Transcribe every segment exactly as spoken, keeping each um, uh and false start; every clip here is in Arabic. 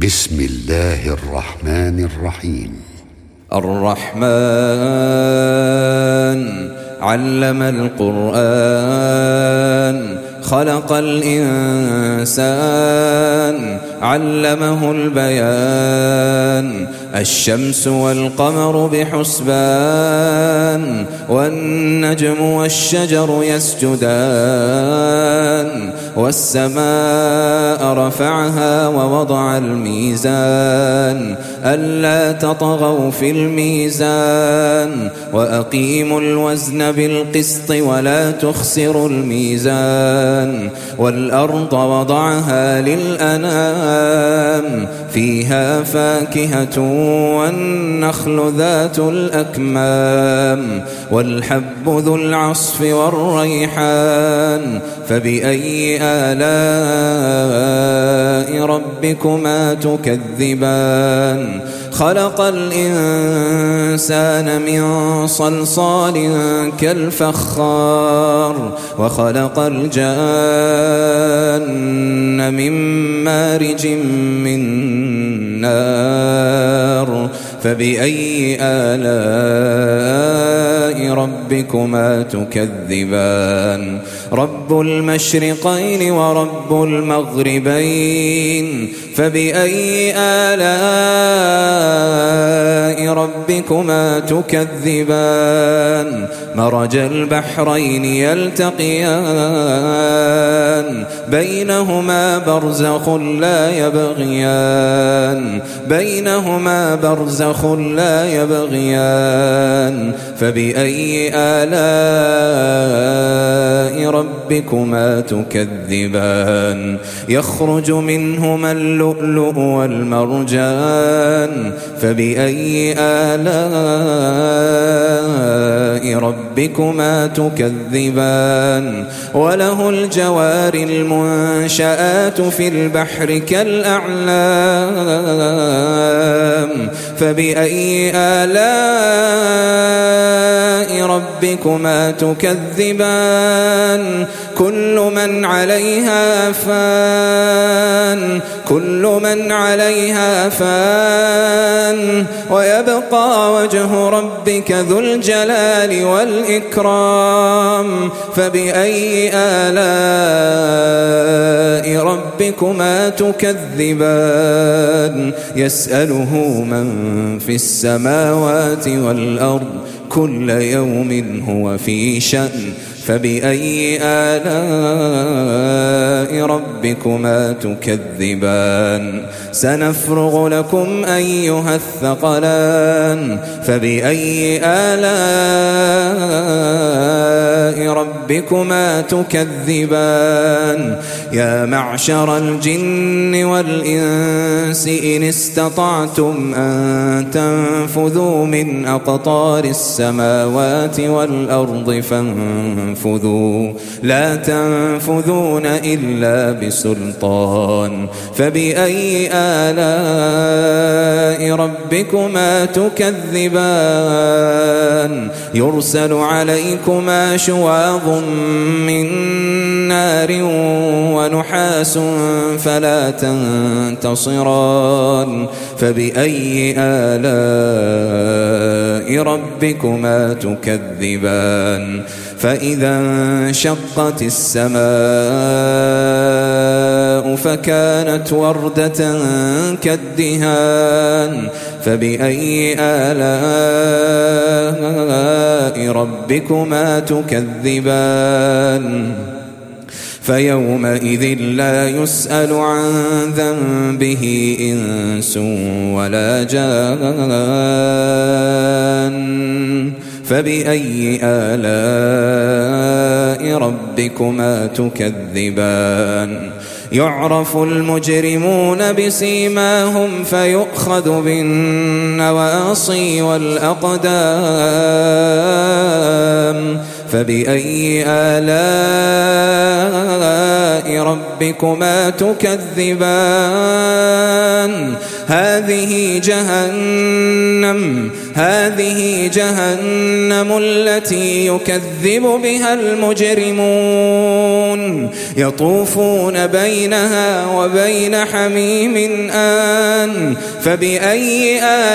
بسم الله الرحمن الرحيم. الرحمن علم القرآن خلق الإنسان علمه البيان الشمس والقمر بحسبان والنجم والشجر يسجدان والسماء رفعها ووضع الميزان ألا تطغوا في الميزان وأقيموا الوزن بالقسط ولا تخسروا الميزان والأرض وضعها للأنام فيها فاكهة والنخل ذات الأكمام والحب ذو العصف والريحان فبأي آلاء ربكما تكذبان خلق الإنسان من صلصال كالفخار وخلق الجان من مارج من نار فبأي آلاء ربكما تكذبان رب المشرقين ورب المغربين فبأي آلاء ربكما تكذبان مرج البحرين يلتقيان بينهما برزخ لا يبغيان بينهما برزخ لا يبغيان فبأي آلاء ربكما تكذبان يخرج منهما اللؤلؤ والمرجان فبأي آلاء ربكما تكذبان وله الجوار المنشآت في البحر كالأعلام فبأي آلاء ربكما تكذبان كل من عليها فان كل من عليها فان ويبقى وجه ربك ذو الجلال والإكرام فبأي آلاء ربكما تكذبان يسأله من في السماوات والأرض كل يوم هو في شأن فبأي آلاء ربكما تكذبان سنفرغ لكم أيها الثقلان فبأي آلاء ربكما تكذبان يا معشر الجن والإنس إن استطعتم أن تنفذوا من أقطار السماوات والأرض فانفذوا لا تنفذون إلا بسلطان فبأي آلاء ربكما تكذبان يرسل عليكما شواظ من نار ونحاس فلا تنتصران فبأي آلاء ربكما تكذبان فإذا انشقت السماء فكانت وردة كالدهان فبأي آلاء ربكما تكذبان فيومئذ لا يسأل عن ذنبه إنس ولا جان فبأي آلاء ربكما تكذبان يعرف المجرمون بسيماهم فيؤخذ بالنواصي والأقدام فبأي آلاء ربكما تكذبان هذه جهنم هذه جهنم التي يكذب بها المجرمون يطوفون بينها وبين حميم آن فبأي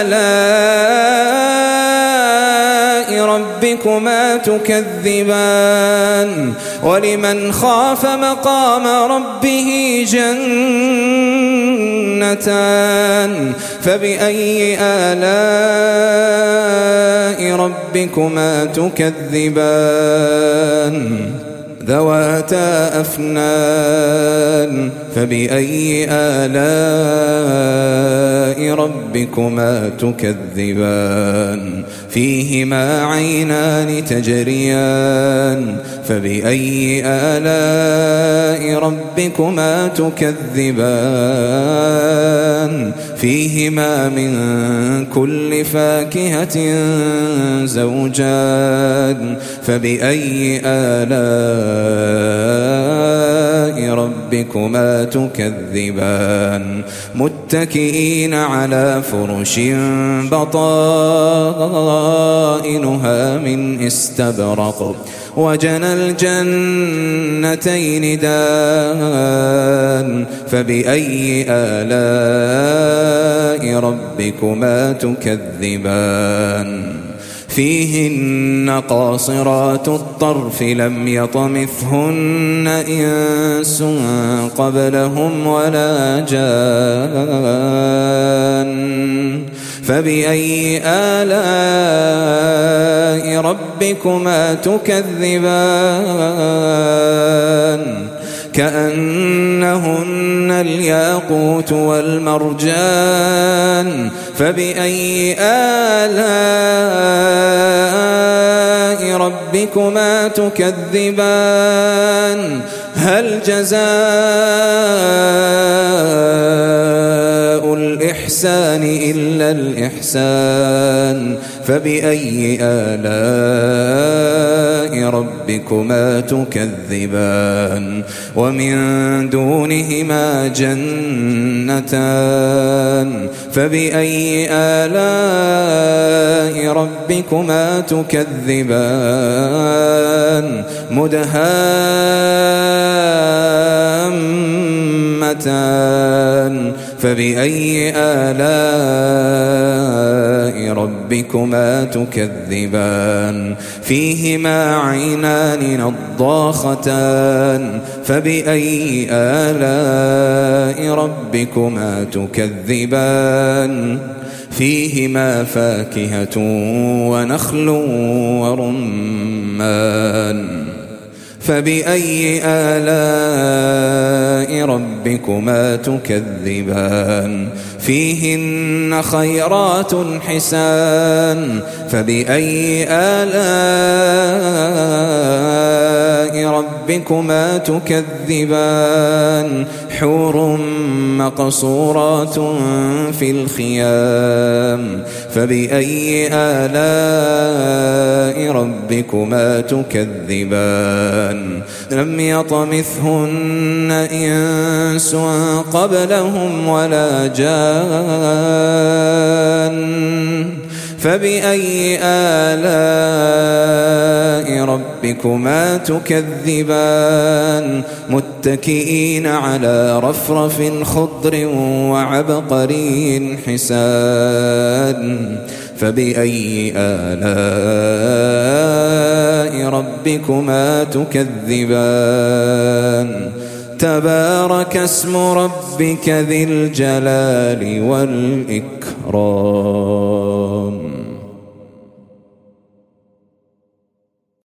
آلاء ربكما تكذبان ولمن خاف مقام ربه جنتان فبأي آلاء ربكما تكذبان ذواتا أفنان فبأي آلاء ربكما تكذبان فيهما عينان تجريان فبأي آلاء ربكما تكذبان فيهما من كل فاكهة زوجان فبأي آلاء ربكما تكذبان متكئين على فرش بطائنها من استبرق وجنى الجنتين دان فبأي آلاء ربكما تكذبان فيهن قاصرات الطرف لم يطمثهن إنس قبلهم ولا جان فبأي آلاء ربكما تكذبان كأنهن الياقوت والمرجان فبأي آلاء ربكما تكذبان هل جزاء الإحسان إلا الإحسان فبأي آلاء ربكما تكذبان ومن دونهما جنتان فبأي آلاء ربكما تكذبان مدهامتان فبأي آلاء ربكما تكذبان فيهما عينان نضاختان فبأي آلاء ربكما تكذبان فيهما فاكهة ونخل ورمان فبأي آلاء ربكما تكذبان فيهن خيرات حسان فبأي آلاء ربكما تكذبان حور مقصورات في الخيام فبأي آلاء ربكما تكذبان لم يطمثهن إنس قبلهم ولا جان فبأي آلاء ربكما تكذبان متكئين على رفرف خضر وعبقري حسان فبأي آلاء ربكما تكذبان تبارك اسم ربك ذي الجلال والإكرام.